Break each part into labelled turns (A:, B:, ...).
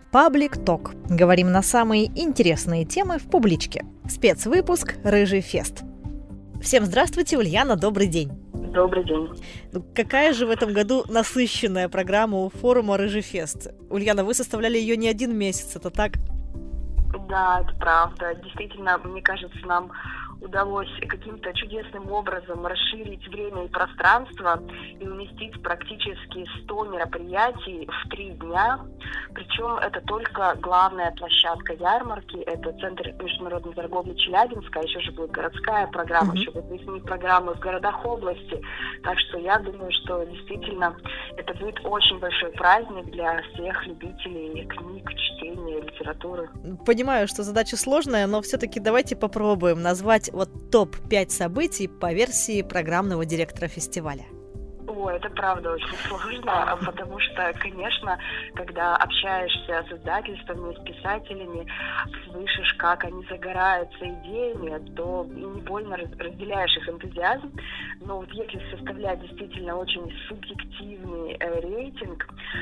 A: Public Talk. Говорим на самые интересные темы в публичке. Спецвыпуск «Рыжий фест». Всем здравствуйте, Ульяна, добрый день.
B: Добрый день.
A: Какая же в этом году насыщенная программа у форума «Рыжий фест». Ульяна, вы составляли ее не один месяц, это так?
B: Да, это правда. Действительно, мне кажется, нам удалось каким-то чудесным образом расширить время и пространство и уместить практически 100 мероприятий в 3 дня. Причем это только главная площадка ярмарки, это Центр международной торговли Челябинска, еще же будет городская программа, еще будут выяснить программы в городах области. Так что я думаю, что действительно это будет очень большой праздник для всех любителей книг, чтения, литературы.
A: Понимаю, что задача сложная, но все-таки давайте попробуем назвать топ-5 событий по версии программного директора фестиваля.
B: Ой, это правда очень сложно, потому что, конечно, когда общаешься с издательствами, с писателями, слышишь, как они загораются идеями, то не больно разделяешь их энтузиазм. Но вот если составлять действительно очень субъективный рейтинг,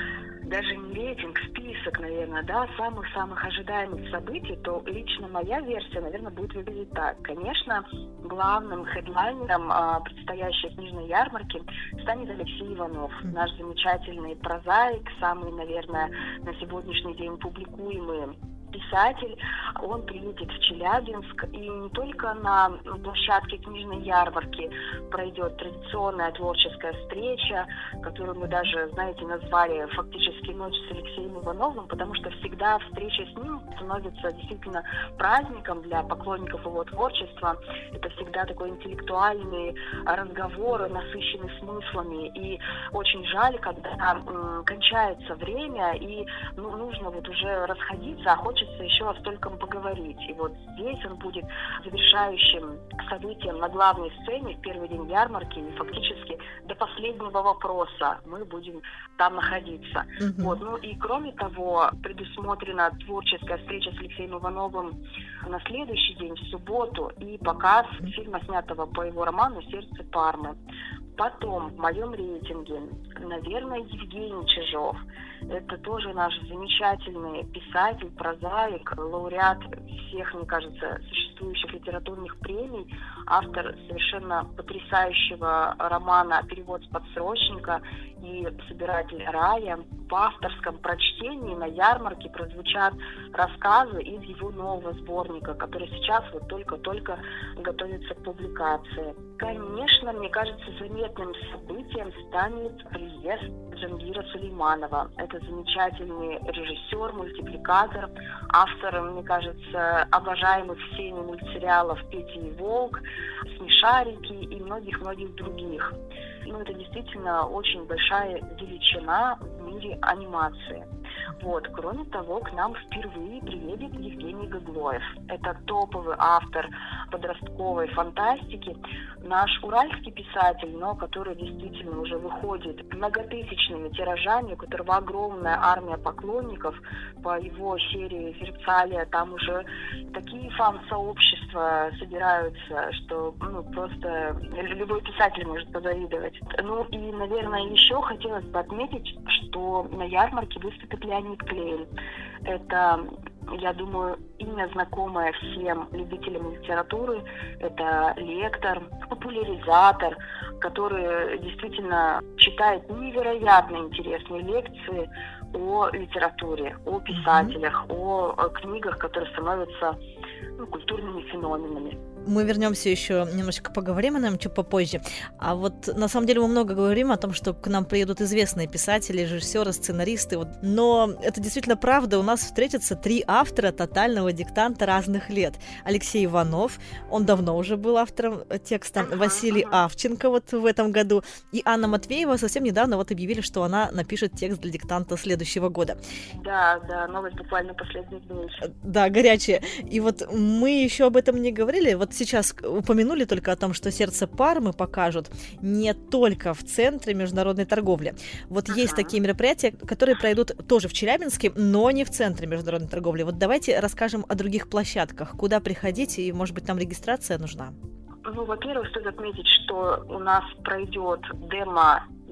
B: даже не рейтинг, список, наверное, да, самых-самых ожидаемых событий, то лично моя версия, наверное, будет выглядеть так. Конечно, главным хедлайнером предстоящей книжной ярмарки станет Алексей Иванов, наш замечательный прозаик, самый, наверное, на сегодняшний день публикуемый писатель. Он приедет в Челябинск, и не только на площадке книжной ярмарки пройдет традиционная творческая встреча, которую мы даже, знаете, назвали фактически «Ночь с Алексеем Ивановым», потому что всегда встреча с ним становится действительно праздником для поклонников его творчества. Это всегда такой интеллектуальный разговор, насыщенный смыслами, и очень жаль, когда кончается время, и нужно вот уже расходиться, а хочется еще о стольком поговорить. И вот здесь он будет завершающим событием на главной сцене в первый день ярмарки, и фактически до последнего вопроса мы будем там находиться. Вот. Ну и кроме того, предусмотрена творческая встреча с Алексеем Ивановым на следующий день, в субботу, и показ фильма, снятого по его роману «Сердце Пармы». Потом в моем рейтинге, наверное, Евгений Чижов. Это тоже наш замечательный писатель, прозаик, лауреат всех, мне кажется, существующих литературных премий, автор совершенно потрясающего романа «Перевод с подсрочника» и «Собиратель рая». По авторском прочтении на ярмарке прозвучат рассказы из его нового сборника, который сейчас вот только-только готовится к публикации. Конечно, мне кажется, заметным событием станет приезд Джангира Сулейманова. Это замечательный режиссер, мультипликатор, автор, мне кажется, обожаемых всеми мультсериалов «Петя и Волк», «Смешарики» и многих-многих других. Ну, это действительно очень большая величина в мире анимации. Вот. Кроме того, к нам впервые приедет Евгений Гаглоев. Это топовый автор подростковой фантастики, наш уральский писатель, но который действительно уже выходит многотысячными тиражами, у которого огромная армия поклонников. По его серии «Зерцалия» там уже такие фан-сообщества собираются, что просто любой писатель может позавидовать. Ну и, наверное, еще хотелось бы отметить, что на ярмарке выступит Леонид Клейн. Это, я думаю, имя знакомое всем любителям литературы. Это лектор, популяризатор, который действительно читает невероятно интересные лекции о литературе, о писателях, о книгах, которые становятся культурными феноменами.
A: Мы вернемся еще немножечко поговорим о нем чуть попозже. А вот на самом деле мы много говорим о том, что к нам приедут известные писатели, режиссеры, сценаристы. Но это действительно правда. У нас встретятся 3 автора тотального диктанта разных лет. Алексей Иванов, он давно уже был автором текста, Василий Авченко вот в этом году. И Анна Матвеева совсем недавно вот объявили, что она напишет текст для диктанта следующего года.
B: Да, новость буквально последних дней.
A: Да, горячая. И вот мы еще об этом не говорили. Вот сейчас упомянули только о том, что «Сердце Пармы» покажут не только в Центре международной торговли. Вот есть такие мероприятия, которые пройдут тоже в Челябинске, но не в Центре международной торговли. Вот давайте расскажем о других площадках, куда приходить, и, может быть, там регистрация нужна.
B: Во-первых, стоит отметить, что у нас пройдет демо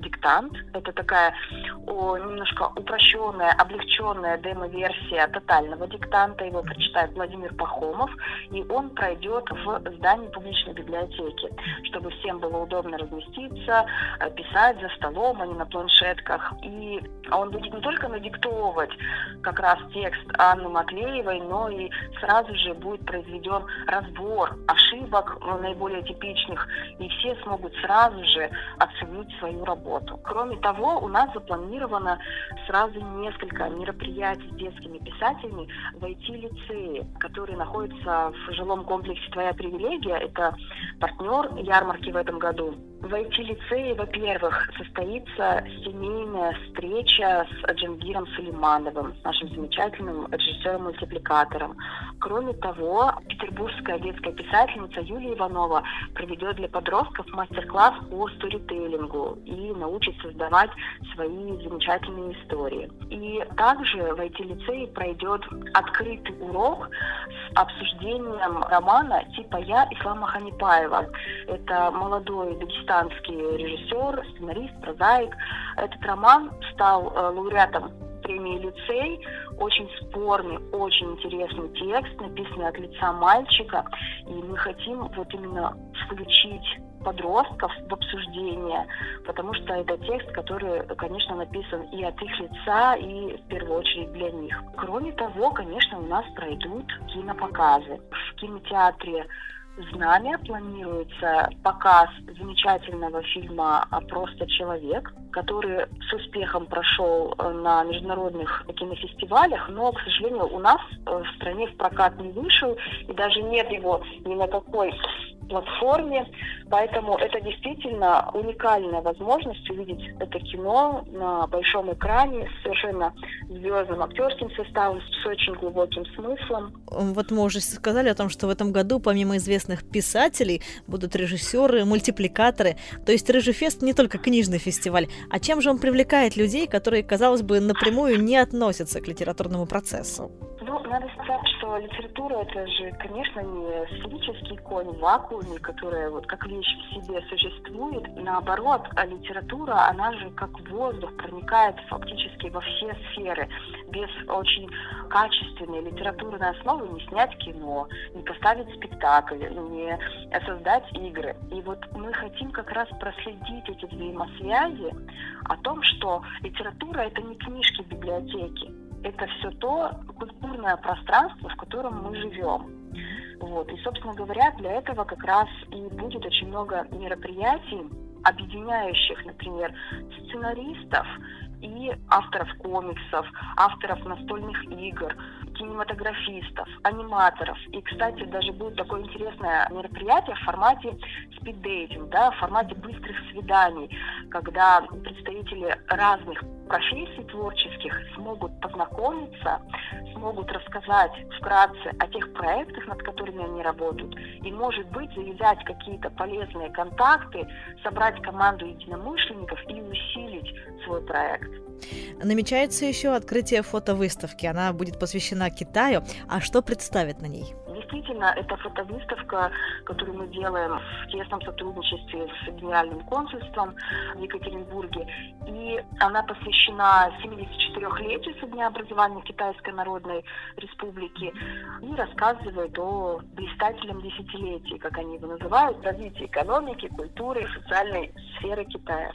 B: диктант. Это такая немножко упрощенная, облегченная демо-версия тотального диктанта. Его прочитает Владимир Пахомов, и он пройдет в здании публичной библиотеки, чтобы всем было удобно разместиться, писать за столом, а не на планшетках. И он будет не только надиктовывать как раз текст Анны Маклеевой, но и сразу же будет произведен разбор ошибок наиболее типичных, и все смогут сразу же оценить свою работу. Кроме того, у нас запланировано сразу несколько мероприятий с детскими писателями в IT-лицее, который находится в жилом комплексе «Твоя привилегия». Это партнер ярмарки в этом году. В IT-лицее, во-первых, состоится семейная встреча с Джангиром Сулеймановым, нашим замечательным режиссером-мультипликатором. Кроме того, петербургская детская писательница Юлия Иванова проведет для подростков мастер-класс по сторителлингу и научит создавать свои замечательные истории. И также в IT-лицее пройдет открытый урок с обсуждением романа «Типа я» Ислама Ханипаева. Это молодой дагестанский режиссер, сценарист, прозаик. Этот роман стал лауреатом премии «Лицей». Очень спорный, очень интересный текст, написанный от лица мальчика. И мы хотим вот именно включить подростков в обсуждение, потому что это текст, который, конечно, написан и от их лица, и в первую очередь для них. Кроме того, конечно, у нас пройдут кинопоказы. В кинотеатре «Знамя» планируется показ замечательного фильма «Просто человек», который с успехом прошел на международных кинофестивалях, но, к сожалению, у нас в стране в прокат не вышел, и даже нет его ни на какой платформе, поэтому это действительно уникальная возможность увидеть это кино на большом экране с совершенно звездным актерским составом, с очень глубоким смыслом.
A: Вот мы уже сказали о том, что в этом году помимо известных писателей будут режиссеры, мультипликаторы, то есть Рыжий-фест не только книжный фестиваль. А чем же он привлекает людей, которые, казалось бы, напрямую не относятся к литературному процессу?
B: Надо сказать, что литература — это же, конечно, не сферический конь в вакууме, которая вот как вещь в себе существует. Наоборот, а литература, она же как воздух проникает фактически во все сферы. Без очень качественной литературной основы не снять кино, не поставить спектакль, не создать игры. И вот мы хотим как раз проследить эти взаимосвязи о том, что литература — это не книжки в библиотеке. Это все то культурное пространство, в котором мы живем. Вот. И, собственно говоря, для этого как раз и будет очень много мероприятий, объединяющих, например, сценаристов и авторов комиксов, авторов настольных игр, кинематографистов, аниматоров. И, кстати, даже будет такое интересное мероприятие в формате спиддейтинг, да, в формате быстрых свиданий, когда представители разных профессий творческих смогут познакомиться, смогут рассказать вкратце о тех проектах, над которыми они работают, и, может быть, завязать какие-то полезные контакты, собрать команду единомышленников и усилить свой проект.
A: Намечается еще открытие фотовыставки. Она будет посвящена Китаю. А что представит на ней?
B: Действительно, это фотовыставка, которую мы делаем в тесном сотрудничестве с Генеральным консульством в Екатеринбурге. И она посвящена 74-летию со дня образования Китайской Народной Республики и рассказывает о блистательном десятилетии, как они его называют, развитии экономики, культуры и социальной сферы Китая.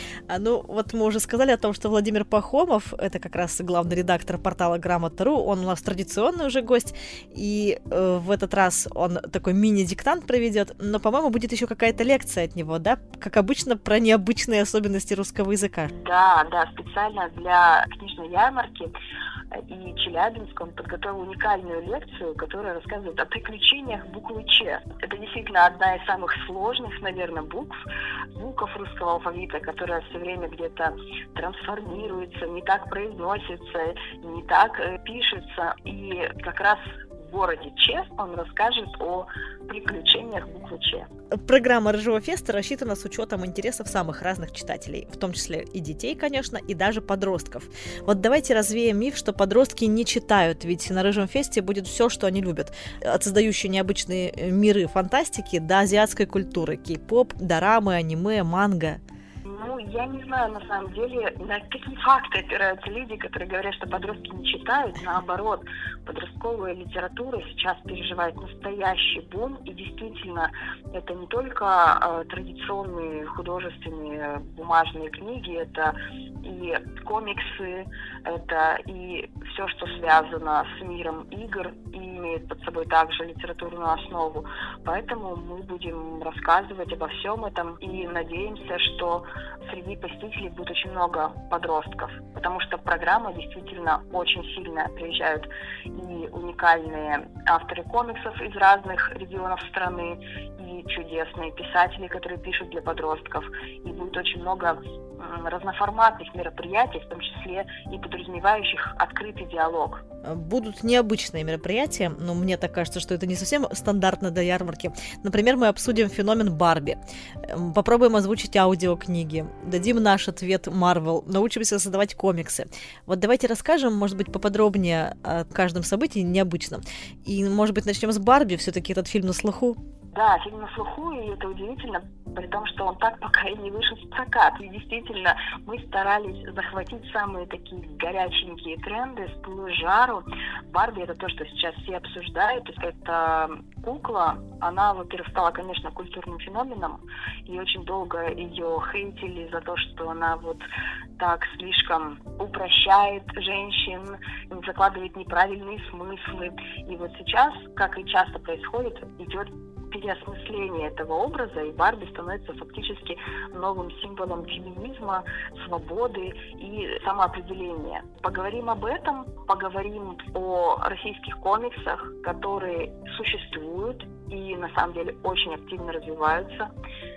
A: Вот мы уже сказали о том, что Владимир Пахомов, это как раз главный редактор портала Грамота.ру, он у нас традиционный уже гость, и в этот раз он такой мини-диктант проведет, но, по-моему, будет еще какая-то лекция от него, да? Как обычно, про необычные особенности русского языка.
B: Да, специально для книжной ярмарки и Челябинска он подготовил уникальную лекцию, которая рассказывает о приключениях буквы Ч. Это действительно одна из самых сложных, наверное, букв русского алфавита, которая все время где-то трансформируется, не так произносится, не так пишется. И как раз в городе Ч он расскажет о приключениях буквы Ч.
A: Программа Рыжего феста рассчитана с учетом интересов самых разных читателей, в том числе и детей, конечно, и даже подростков. Вот давайте развеем миф, что подростки не читают, ведь на Рыжем фесте будет все, что они любят. От создающей необычные миры фантастики до азиатской культуры, кей-поп, дорамы, аниме, манго.
B: Ну, я не знаю, на самом деле, на какие факты опираются люди, которые говорят, что подростки не читают. Наоборот, подростковая литература сейчас переживает настоящий бум, и действительно, это не только традиционные художественные бумажные книги, это и комиксы, это и все, что связано с миром игр, и имеет под собой также литературную основу. Поэтому мы будем рассказывать обо всем этом и надеемся, что среди посетителей будет очень много подростков, потому что программа действительно очень сильная. Приезжают и уникальные авторы комиксов из разных регионов страны, и чудесные писатели, которые пишут для подростков, и будет очень много разноформатных мероприятий, в том числе и подразумевающих открытый диалог.
A: Будут необычные мероприятия, но мне так кажется, что это не совсем стандартно для ярмарки. Например, мы обсудим феномен Барби, попробуем озвучить аудиокниги, дадим наш ответ Марвел, научимся создавать комиксы. Вот давайте расскажем, может быть, поподробнее о каждом событии необычном. И, может быть, начнем с Барби, все-таки этот фильм на слуху.
B: Да, фильм на слуху, и это удивительно, при том, что он так пока и не вышел в прокат. И действительно, мы старались захватить самые такие горяченькие тренды, с пылу и жару. Барби — это то, что сейчас все обсуждают. Это кукла, она, во-первых, стала, конечно, культурным феноменом, и очень долго ее хейтили за то, что она вот так слишком упрощает женщин, закладывает неправильные смыслы. И вот сейчас, как и часто происходит, идет переосмысление этого образа, и Барби становится фактически новым символом феминизма, свободы и самоопределения. Поговорим об этом, поговорим о российских комиксах, которые существуют и на самом деле очень активно развиваются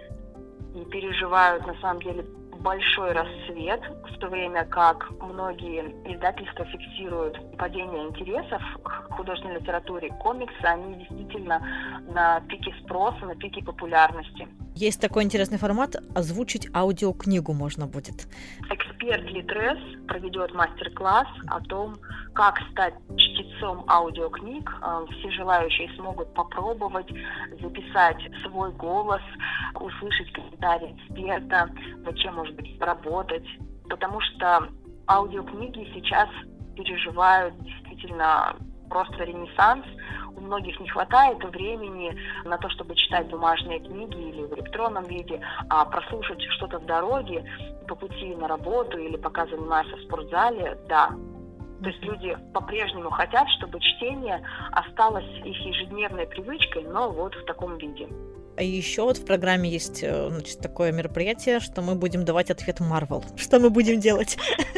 B: и переживают на самом деле большой расцвет, в то время как многие издательства фиксируют падение интересов к художественной литературе. Комиксы, они действительно на пике спроса, на пике популярности.
A: Есть такой интересный формат, озвучить аудиокнигу можно будет.
B: Эксперт Литрес проведет мастер-класс о том, как стать чтецом аудиокниг. Все желающие смогут попробовать записать свой голос, услышать комментарии эксперта, над чем, может быть, поработать. Потому что аудиокниги сейчас переживают действительно просто ренессанс. У многих не хватает времени на то, чтобы читать бумажные книги или в электронном виде, а прослушать что-то в дороге, по пути на работу или пока занимаются в спортзале, да. То есть люди по-прежнему хотят, чтобы чтение осталось их ежедневной привычкой, но вот в таком виде.
A: А еще вот в программе есть, значит, такое мероприятие, что мы будем давать ответ Марвел. Что мы будем делать?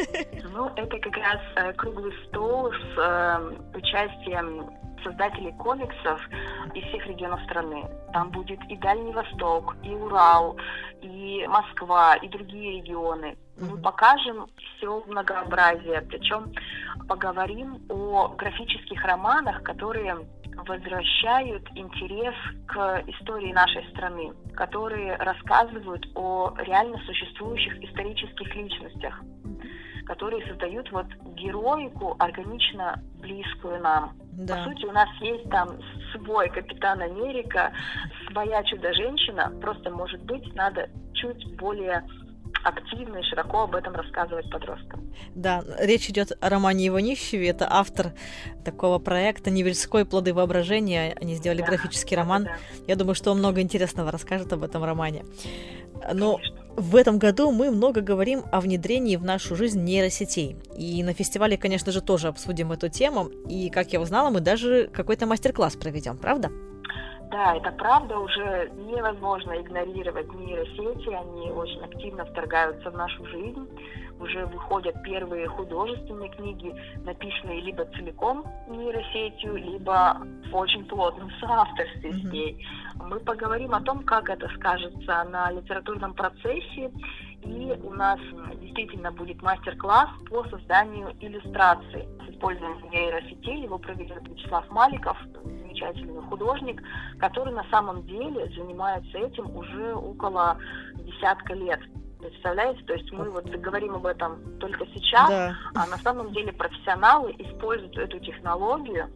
B: Ну, это как раз круглый стол с участием создателей комиксов из всех регионов страны. Там будет и Дальний Восток, и Урал, и Москва, и другие регионы. Мы покажем все многообразие, причем поговорим о графических романах, которые возвращают интерес к истории нашей страны, которые рассказывают о реально существующих исторических личностях, которые создают вот героику органично близкую нам. Да. По сути, у нас есть там свой Капитан Америка, своя Чудо-женщина, просто, может быть, надо чуть более активно и широко об этом рассказывать подросткам.
A: Да, речь идет о Романе Иванищеве, это автор такого проекта «Невельской. Плоды воображения». Они сделали графический роман. Да. Я думаю, что он много интересного расскажет об этом романе. Но в этом году мы много говорим о внедрении в нашу жизнь нейросетей. И на фестивале, конечно же, тоже обсудим эту тему. И, как я узнала, мы даже какой-то мастер-класс проведем, правда?
B: Да, это правда, уже невозможно игнорировать нейросети, они очень активно вторгаются в нашу жизнь. Уже выходят первые художественные книги, написанные либо целиком нейросетью, либо в очень плотном соавторстве с ней. Мы поговорим о том, как это скажется на литературном процессе, и у нас действительно будет мастер-класс по созданию иллюстраций с использованием нейросетей. Его проведет Вячеслав Маликов, замечательный художник, который на самом деле занимается этим уже около 10 лет. Представляете? То есть мы вот говорим об этом только сейчас, а на самом деле профессионалы используют эту технологию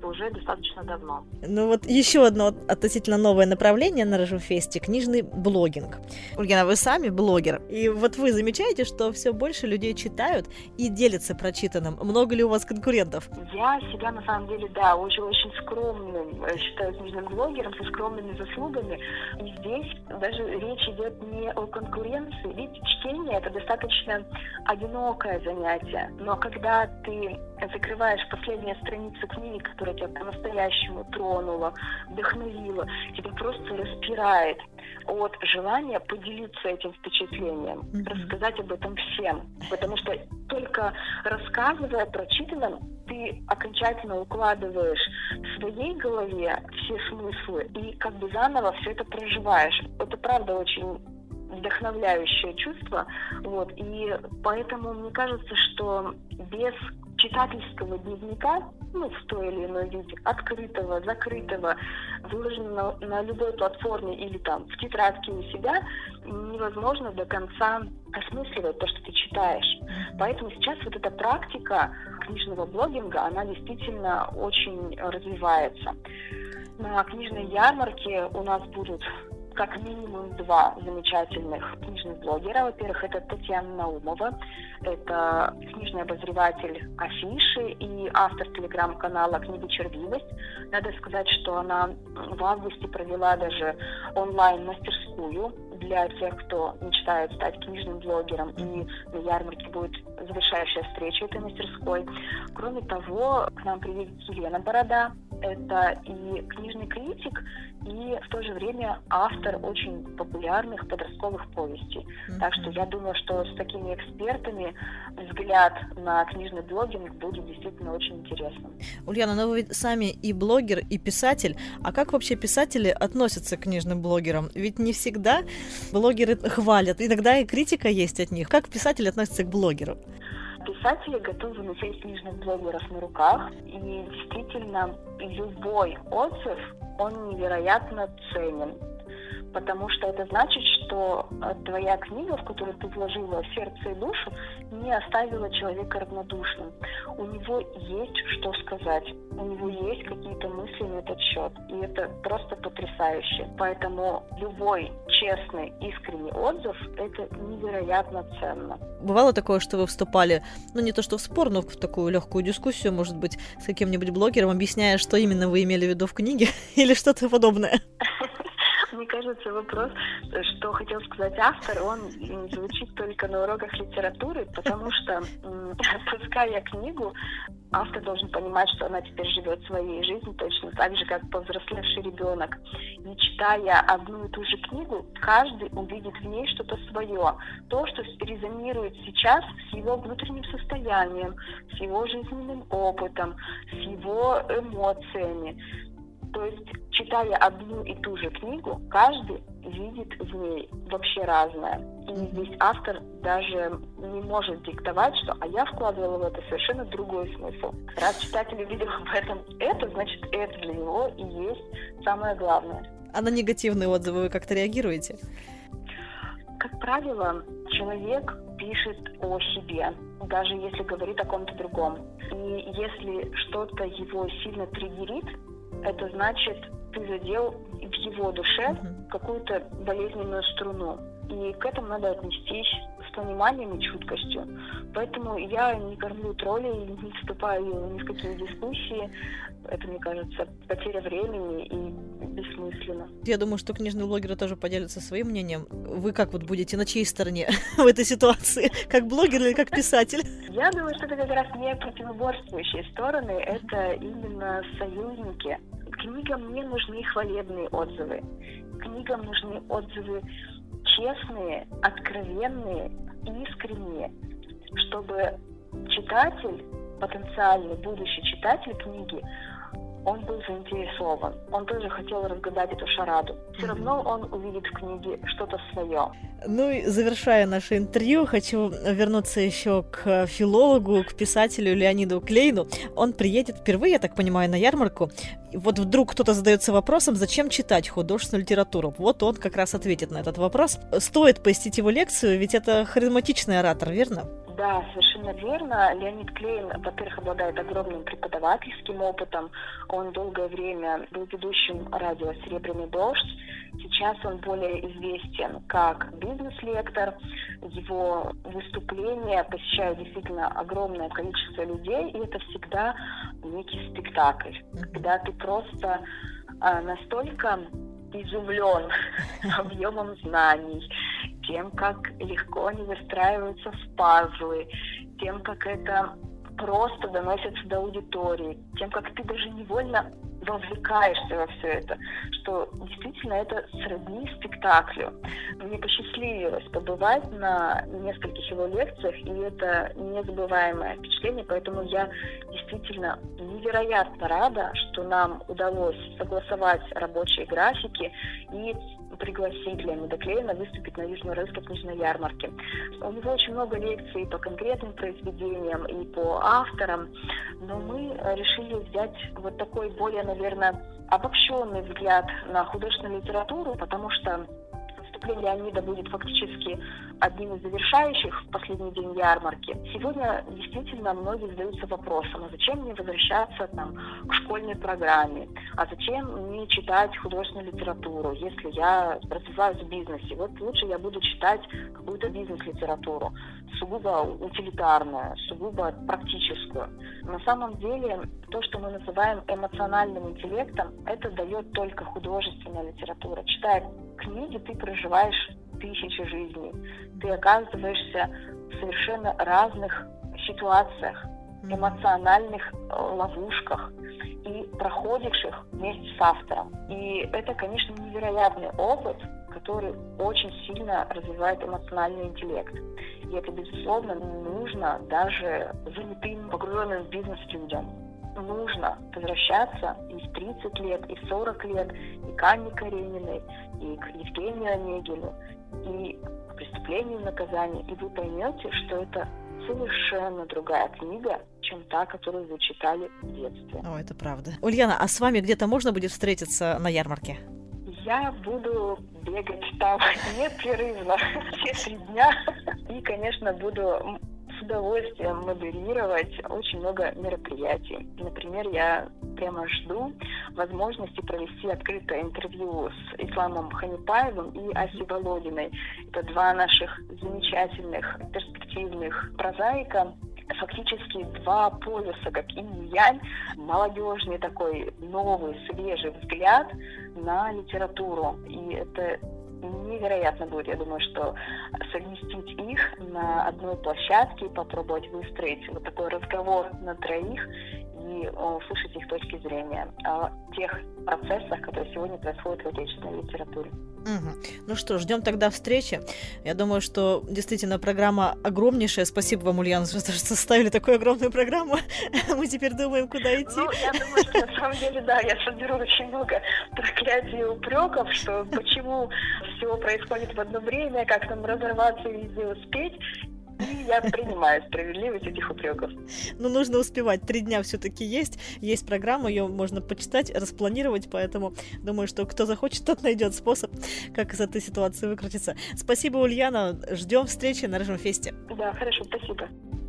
B: уже достаточно давно.
A: Ну вот еще одно относительно новое направление на Рыжем-фесте — книжный блогинг. Ульяна, вы сами блогер, и вот вы замечаете, что все больше людей читают и делятся прочитанным. Много ли у вас конкурентов?
B: Я себя, на самом деле, да, очень скромным считаю книжным блогером, со скромными заслугами. И здесь даже речь идет не о конкуренции, ведь чтение — это достаточно одинокое занятие. Но когда ты закрываешь последние страницы книги, которая тебя по-настоящему тронула, вдохновила, тебя просто распирает от желания поделиться этим впечатлением, рассказать об этом всем. Потому что только рассказывая о прочитанном, ты окончательно укладываешь в своей голове все смыслы и как бы заново все это проживаешь. Это правда очень вдохновляющее чувство. Вот. И поэтому мне кажется, что без читательского дневника, в той или иной виде, открытого, закрытого, выложенного на любой платформе или там в тетрадке у себя, невозможно до конца осмысливать то, что ты читаешь. Поэтому сейчас вот эта практика книжного блогинга, она действительно очень развивается. На книжной ярмарке у нас будут как минимум 2 замечательных книжных блогера. Во-первых, это Татьяна Наумова, это книжный обозреватель Афиши и автор телеграм-канала «Книга-червивость». Надо сказать, что она в августе провела даже онлайн-мастерскую для тех, кто мечтает стать книжным блогером, и на ярмарке будет завершающая встреча этой мастерской. Кроме того, к нам приедет Елена Борода. Это и книжный критик, и в то же время автор очень популярных подростковых повестей. Так что я думаю, что с такими экспертами взгляд на книжный блогинг будет действительно очень интересным.
A: Ульяна, но вы ведь сами и блогер, и писатель. А как вообще писатели относятся к книжным блогерам? Ведь не всегда блогеры хвалят, иногда и критика есть от них. Как писатель относится к блогеру?
B: Писатели готовы носить книжных блогеров на руках, и действительно любой отзыв, он невероятно ценен. Потому что это значит, что твоя книга, в которую ты вложила сердце и душу, не оставила человека равнодушным. У него есть что сказать, у него есть какие-то мысли на этот счет. И это просто потрясающе. Поэтому любой честный, искренний отзыв – это невероятно ценно.
A: Бывало такое, что вы вступали, не то что в спор, но в такую легкую дискуссию, может быть, с каким-нибудь блогером, объясняя, что именно вы имели в виду в книге или что-то подобное?
B: Мне кажется, вопрос, что хотел сказать автор, он звучит только на уроках литературы, потому что, отпуская книгу, автор должен понимать, что она теперь живет своей жизнью точно так же, как повзрослевший ребенок. И читая одну и ту же книгу, каждый увидит в ней что-то свое. То, что резонирует сейчас с его внутренним состоянием, с его жизненным опытом, с его эмоциями. То есть, читая одну и ту же книгу, каждый видит в ней вообще разное. И здесь автор даже не может диктовать, что «а я вкладывала в это совершенно другой смысл». Раз читатель увидел в этом это, значит, это для него и есть самое главное.
A: А на негативные отзывы вы как-то реагируете?
B: Как правило, человек пишет о себе, даже если говорит о ком-то другом. И если что-то его сильно триггерит, это значит, ты задел в его душе какую-то болезненную струну. И к этому надо отнестись с пониманием и чуткостью. Поэтому я не кормлю троллей, не вступаю ни в какие дискуссии. Это, мне кажется, потеря времени и бессмысленно.
A: Я думаю, что книжные блогеры тоже поделятся своим мнением. Вы как будете, на чьей стороне в этой ситуации? Как блогер или как писатель?
B: Я думаю, что это как раз не противоборствующие стороны, это именно союзники. Книгам не нужны хвалебные отзывы. Книгам нужны отзывы честные, откровенные, искренние, чтобы читатель, потенциальный будущий читатель книги, он был заинтересован. Он тоже хотел разгадать эту шараду. Все равно он увидит в книге что-то свое.
A: Ну и завершая наше интервью, хочу вернуться еще к филологу, к писателю Леониду Клейну. Он приедет впервые, я так понимаю, на ярмарку. И вот вдруг кто-то задается вопросом, зачем читать художественную литературу. Вот он как раз ответит на этот вопрос. Стоит посетить его лекцию, ведь это харизматичный оратор, верно?
B: Да, совершенно верно. Леонид Клейн, во-первых, обладает огромным преподавательским опытом. Он долгое время был ведущим радио «Серебряный дождь». Сейчас он более известен как бизнес-лектор. Его выступления посещают действительно огромное количество людей, и это всегда некий спектакль, когда ты просто настолько изумлен объемом знаний, тем, как легко они выстраиваются в пазлы, тем, как это просто доносится до аудитории, тем, как ты даже невольно вовлекаешься во все это, что действительно это сродни спектаклю. Мне посчастливилось побывать на нескольких его лекциях, и это незабываемое впечатление, поэтому я действительно невероятно рада, что нам удалось согласовать рабочие графики и пригласить Леонида Клейна выступить на Южноуральской книжной ярмарке. У него очень много лекций по конкретным произведениям и по авторам, но мы решили взять вот такой более, наверное, обобщенный взгляд на художественную литературу, потому что выступление Леонида будет фактически одним из завершающих в последний день ярмарки. Сегодня действительно многие задаются вопросом, а зачем мне возвращаться к школьной программе, а зачем мне читать художественную литературу, если я развиваюсь в бизнесе. Вот лучше я буду читать какую-то бизнес-литературу, сугубо утилитарную, сугубо практическую. На самом деле, то, что мы называем эмоциональным интеллектом, это дает только художественная литература. Читая книги, ты проживаешь тысячи жизней. Ты оказываешься в совершенно разных ситуациях, эмоциональных ловушках и проходишь их вместе с автором. И это, конечно, невероятный опыт, который очень сильно развивает эмоциональный интеллект. И это, безусловно, нужно даже занятым, погруженным в бизнес людям. Нужно возвращаться и в 30 лет, и в 40 лет, и к Анне Карениной, и к Евгению Онегину, и к «Преступлению и наказанию». И вы поймете, что это совершенно другая книга, чем та, которую вы читали в детстве.
A: О, это правда. Ульяна, а с вами где-то можно будет встретиться на ярмарке?
B: Я буду бегать там непрерывно все 3 дня. И, конечно, буду с удовольствием модерировать очень много мероприятий. Например, я прямо жду возможности провести открытое интервью с Исламом Ханипаевым и Асей Володиной. Это 2 наших замечательных, перспективных прозаика. Фактически 2 полюса, как инь и янь, молодежный такой новый, свежий взгляд на литературу. И это невероятно будет, я думаю, что совместить их на одной площадке, попробовать выстроить вот такой разговор на 3 и услышать их точки зрения о тех процессах, которые сегодня происходят в отечественной литературе.
A: Ну что, ждем тогда встречи. Я думаю, что действительно программа огромнейшая. Спасибо вам, Ульяна, за то, что составили такую огромную программу. Мы теперь думаем, куда идти.
B: Ну, я думаю, что на самом деле, да, я соберу очень много проклятий и упреков, что почему все происходит в одно время, как нам разорваться и везде успеть. И я принимаю справедливость этих упреков.
A: Ну, нужно успевать. 3 дня все-таки есть программа, ее можно почитать, распланировать, поэтому думаю, что кто захочет, тот найдет способ, как из этой ситуации выкрутиться. Спасибо, Ульяна. Ждем встречи на Рыжем Фесте.
B: Да, хорошо, спасибо.